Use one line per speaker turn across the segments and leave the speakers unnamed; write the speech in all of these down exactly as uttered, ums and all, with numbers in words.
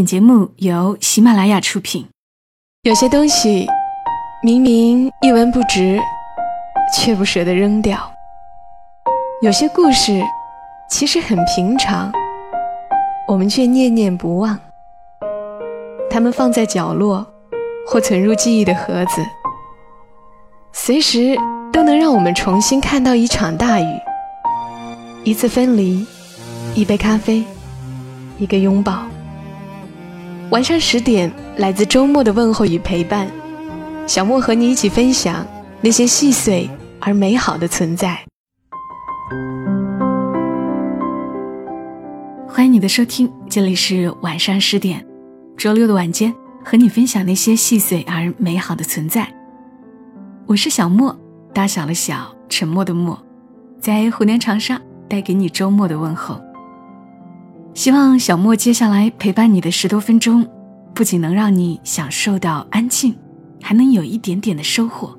本节目由喜马拉雅出品。
有些东西明明一文不值，却不舍得扔掉；有些故事其实很平常，我们却念念不忘。它们放在角落，或存入记忆的盒子，随时都能让我们重新看到一场大雨，一次分离，一杯咖啡，一个拥抱。晚上十点，来自周末的问候与陪伴，小莫和你一起分享那些细碎而美好的存在。
欢迎你的收听，这里是晚上十点，周六的晚间，和你分享那些细碎而美好的存在。我是小莫，大小的小，沉默的默，在湖南长沙带给你周末的问候。希望小莫接下来陪伴你的十多分钟，不仅能让你享受到安静，还能有一点点的收获。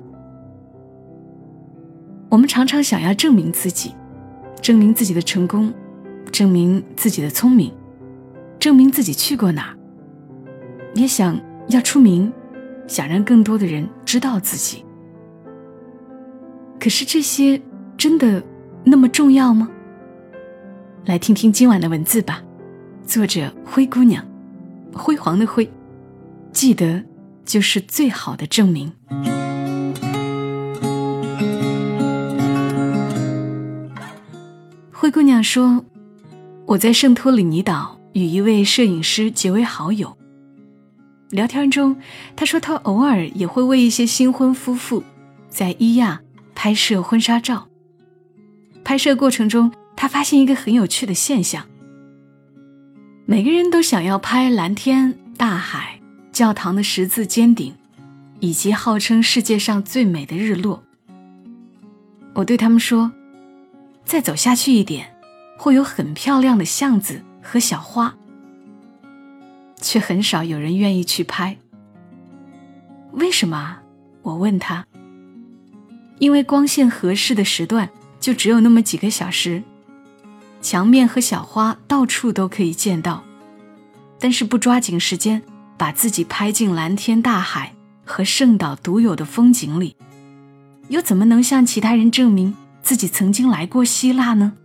我们常常想要证明自己，证明自己的成功，证明自己的聪明，证明自己去过哪儿，也想要出名，想让更多的人知道自己。可是这些真的那么重要吗？来听听今晚的文字吧，作者灰姑娘，辉煌的辉，记得就是最好的证明。灰姑娘说，我在圣托里尼岛与一位摄影师结为好友，聊天中他说他偶尔也会为一些新婚夫妇在伊亚拍摄婚纱照。拍摄过程中他发现一个很有趣的现象，每个人都想要拍蓝天、大海、教堂的十字尖顶，以及号称世界上最美的日落。我对他们说，再走下去一点，会有很漂亮的巷子和小花，却很少有人愿意去拍。为什么？我问他。因为光线合适的时段就只有那么几个小时，墙面和小花到处都可以见到，但是不抓紧时间把自己拍进蓝天大海和圣岛独有的风景里，又怎么能向其他人证明自己曾经来过希腊呢？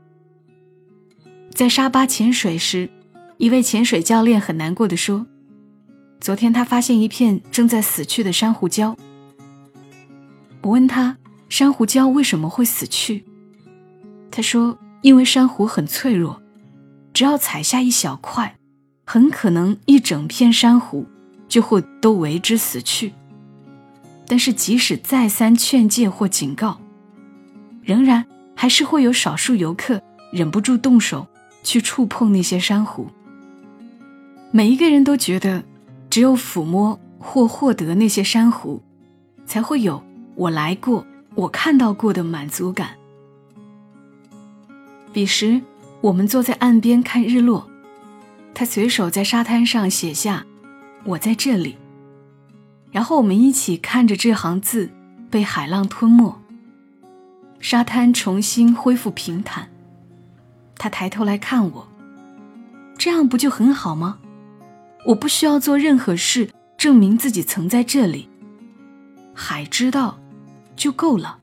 在沙巴潜水时，一位潜水教练很难过地说，昨天他发现一片正在死去的珊瑚礁。我问他，珊瑚礁为什么会死去？他说，因为珊瑚很脆弱，只要踩下一小块，很可能一整片珊瑚就会都为之死去。但是即使再三劝诫或警告，仍然还是会有少数游客忍不住动手去触碰那些珊瑚。每一个人都觉得，只有抚摸或获得那些珊瑚，才会有我来过，我看到过的满足感。彼时我们坐在岸边看日落，他随手在沙滩上写下我在这里，然后我们一起看着这行字被海浪吞没，沙滩重新恢复平坦。他抬头来看我，这样不就很好吗？我不需要做任何事证明自己曾在这里，海知道就够了。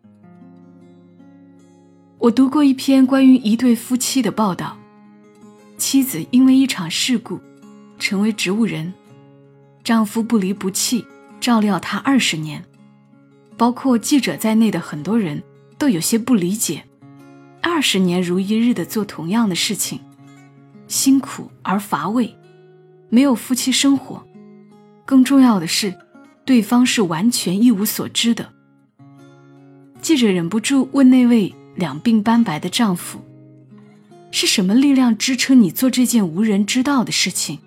我读过一篇关于一对夫妻的报道，妻子因为一场事故成为植物人，丈夫不离不弃照料她二十年，包括记者在内的很多人都有些不理解，二十年如一日地做同样的事情，辛苦而乏味，没有夫妻生活，更重要的是对方是完全一无所知的。记者忍不住问那位两鬓斑白的丈夫，是什么力量支撑你做这件无人知道的事情？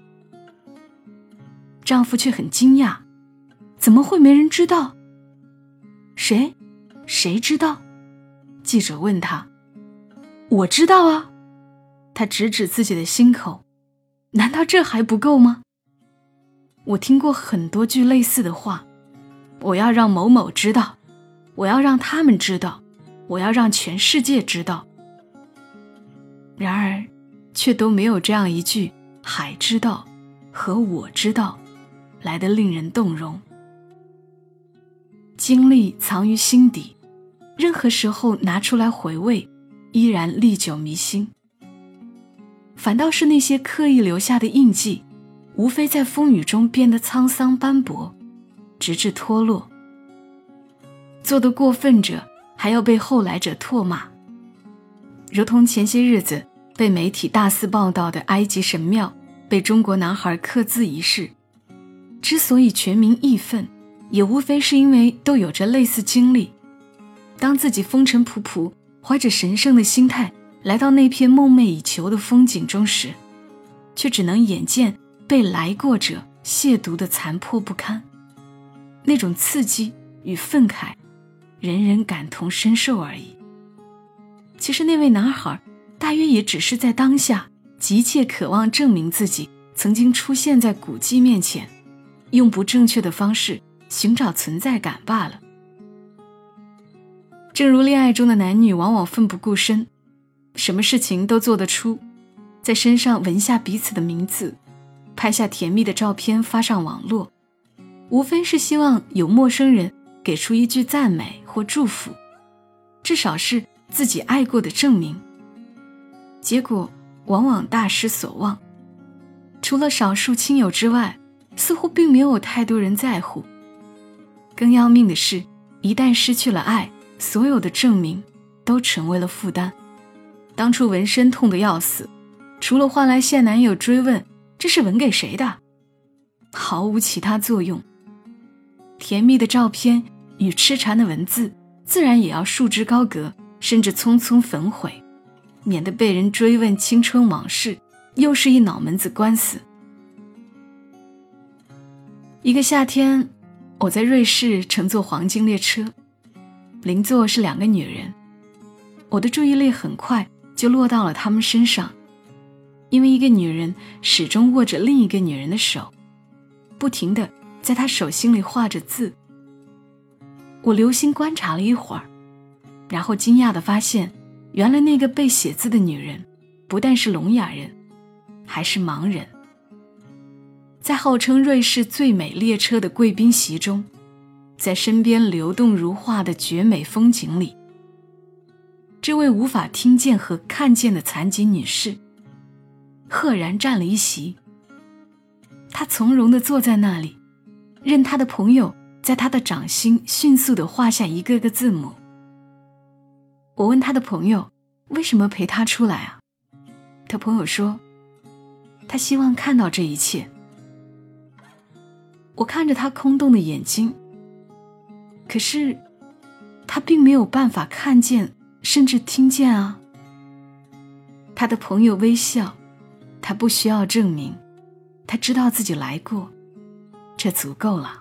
丈夫却很惊讶，怎么会没人知道？谁？谁知道？记者问他。我知道啊，他指指自己的心口，难道这还不够吗？我听过很多句类似的话，我要让某某知道，我要让他们知道，我要让全世界知道。然而却都没有这样一句海知道和我知道来得令人动容。经历藏于心底，任何时候拿出来回味，依然历久弥新。反倒是那些刻意留下的印记，无非在风雨中变得沧桑斑驳，直至脱落。做得过分者还要被后来者唾骂，如同前些日子被媒体大肆报道的埃及神庙被中国男孩刻字一事，之所以全民义愤，也无非是因为都有着类似经历。当自己风尘仆仆，怀着神圣的心态来到那片梦寐以求的风景中时，却只能眼见被来过者亵渎的残破不堪。那种刺激与愤慨，人人感同身受而已。其实那位男孩大约也只是在当下急切渴望证明自己曾经出现在古迹面前，用不正确的方式寻找存在感罢了。正如恋爱中的男女往往奋不顾身，什么事情都做得出，在身上纹下彼此的名字，拍下甜蜜的照片发上网络，无非是希望有陌生人给出一句赞美或祝福，至少是自己爱过的证明。结果往往大失所望，除了少数亲友之外，似乎并没有太多人在乎。更要命的是，一旦失去了爱，所有的证明都成为了负担。当初纹身痛得要死，除了换来现男友追问这是纹给谁的，毫无其他作用。甜蜜的照片与痴缠的文字自然也要束之高阁，甚至匆匆焚毁，免得被人追问青春往事，又是一脑门子官司。一个夏天，我在瑞士乘坐黄金列车，邻座是两个女人，我的注意力很快就落到了她们身上，因为一个女人始终握着另一个女人的手，不停地在她手心里画着字。我留心观察了一会儿，然后惊讶地发现，原来那个被写字的女人不但是聋哑人，还是盲人。在号称瑞士最美列车的贵宾席中，在身边流动如画的绝美风景里，这位无法听见和看见的残疾女士赫然占了一席。她从容地坐在那里，任她的朋友在她的掌心迅速地画下一个个字母。我问她的朋友为什么陪她出来啊？她朋友说，她希望看到这一切。我看着她空洞的眼睛，可是她并没有办法看见甚至听见啊。她的朋友微笑，她不需要证明，她知道自己来过，这足够了。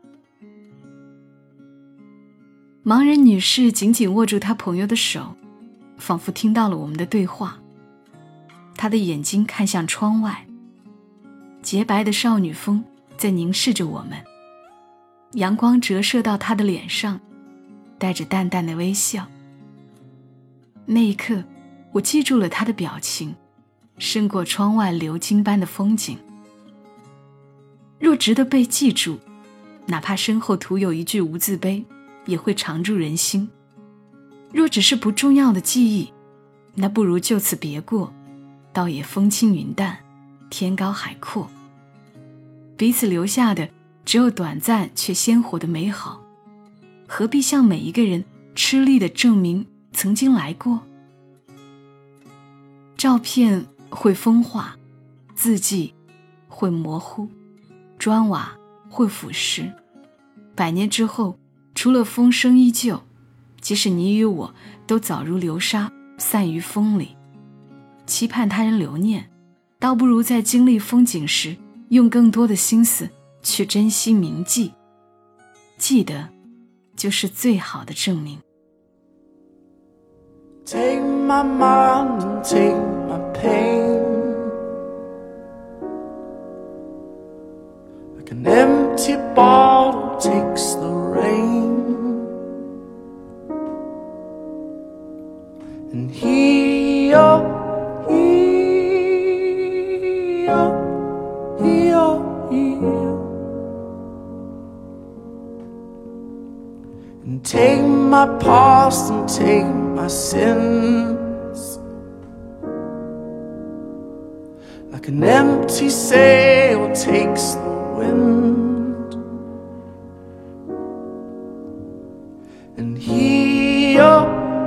盲人女士紧紧握住她朋友的手，仿佛听到了我们的对话。她的眼睛看向窗外，洁白的少女风在凝视着我们，阳光折射到她的脸上，带着淡淡的微笑。那一刻，我记住了她的表情，胜过窗外流金般的风景。若值得被记住，哪怕身后涂有一句无字碑，也会常驻人心。若只是不重要的记忆，那不如就此别过，倒也风轻云淡，天高海阔。彼此留下的只有短暂却鲜活的美好，何必向每一个人吃力地证明曾经来过？照片会风化，字迹会模糊，砖瓦会腐蚀，百年之后，除了风声依旧，即使你与我都早如流沙散于风里。期盼他人留念，倒不如在经历风景时用更多的心思去珍惜铭记，记得就是最好的证明。
Take my mind and take my pain, like an empty bottle takes the rain, and heal, heal, heal heal. And take my past and take my sins, like an empty sail takes the wind, and heal,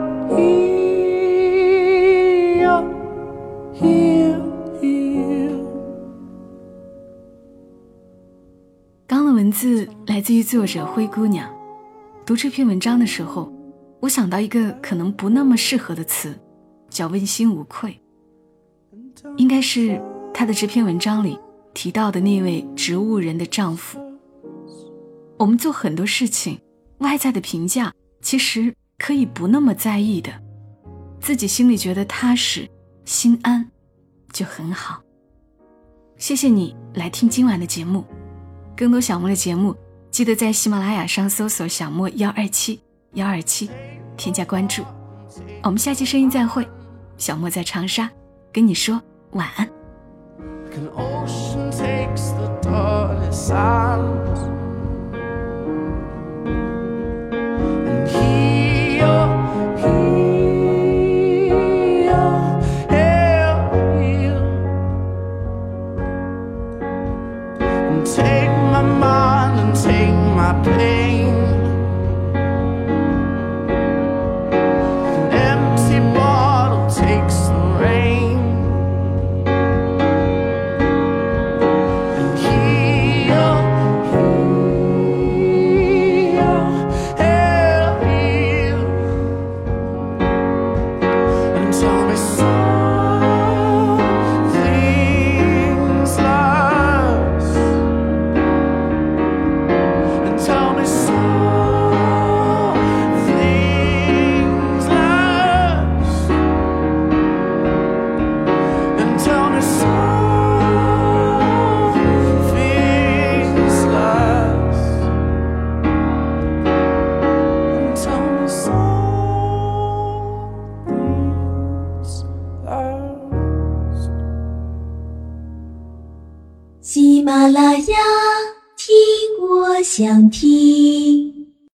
heal, heal, heal.
刚的文字来自于作者灰姑娘。读这篇文章的时候，我想到一个可能不那么适合的词，叫问心无愧。应该是她的这篇文章里提到的那位植物人的丈夫。我们做很多事情，外在的评价其实可以不那么在意的，自己心里觉得踏实心安就很好。谢谢你来听今晚的节目，更多小莫的节目记得在喜马拉雅上搜索小莫一二七一二七，添加关注。我们下期声音再会，小莫在长沙跟你说晚安。
Like an ocean takes the darkest silence, and heal, heal, heal, heal, and take my mind and take my pain, like an empty bottle takes the rain, and heal, heal, heal, heal, and tell me something's lost, and tell me something's lost, and tell me something's lost, and tell me something's lost.
喜马拉雅，听我想听。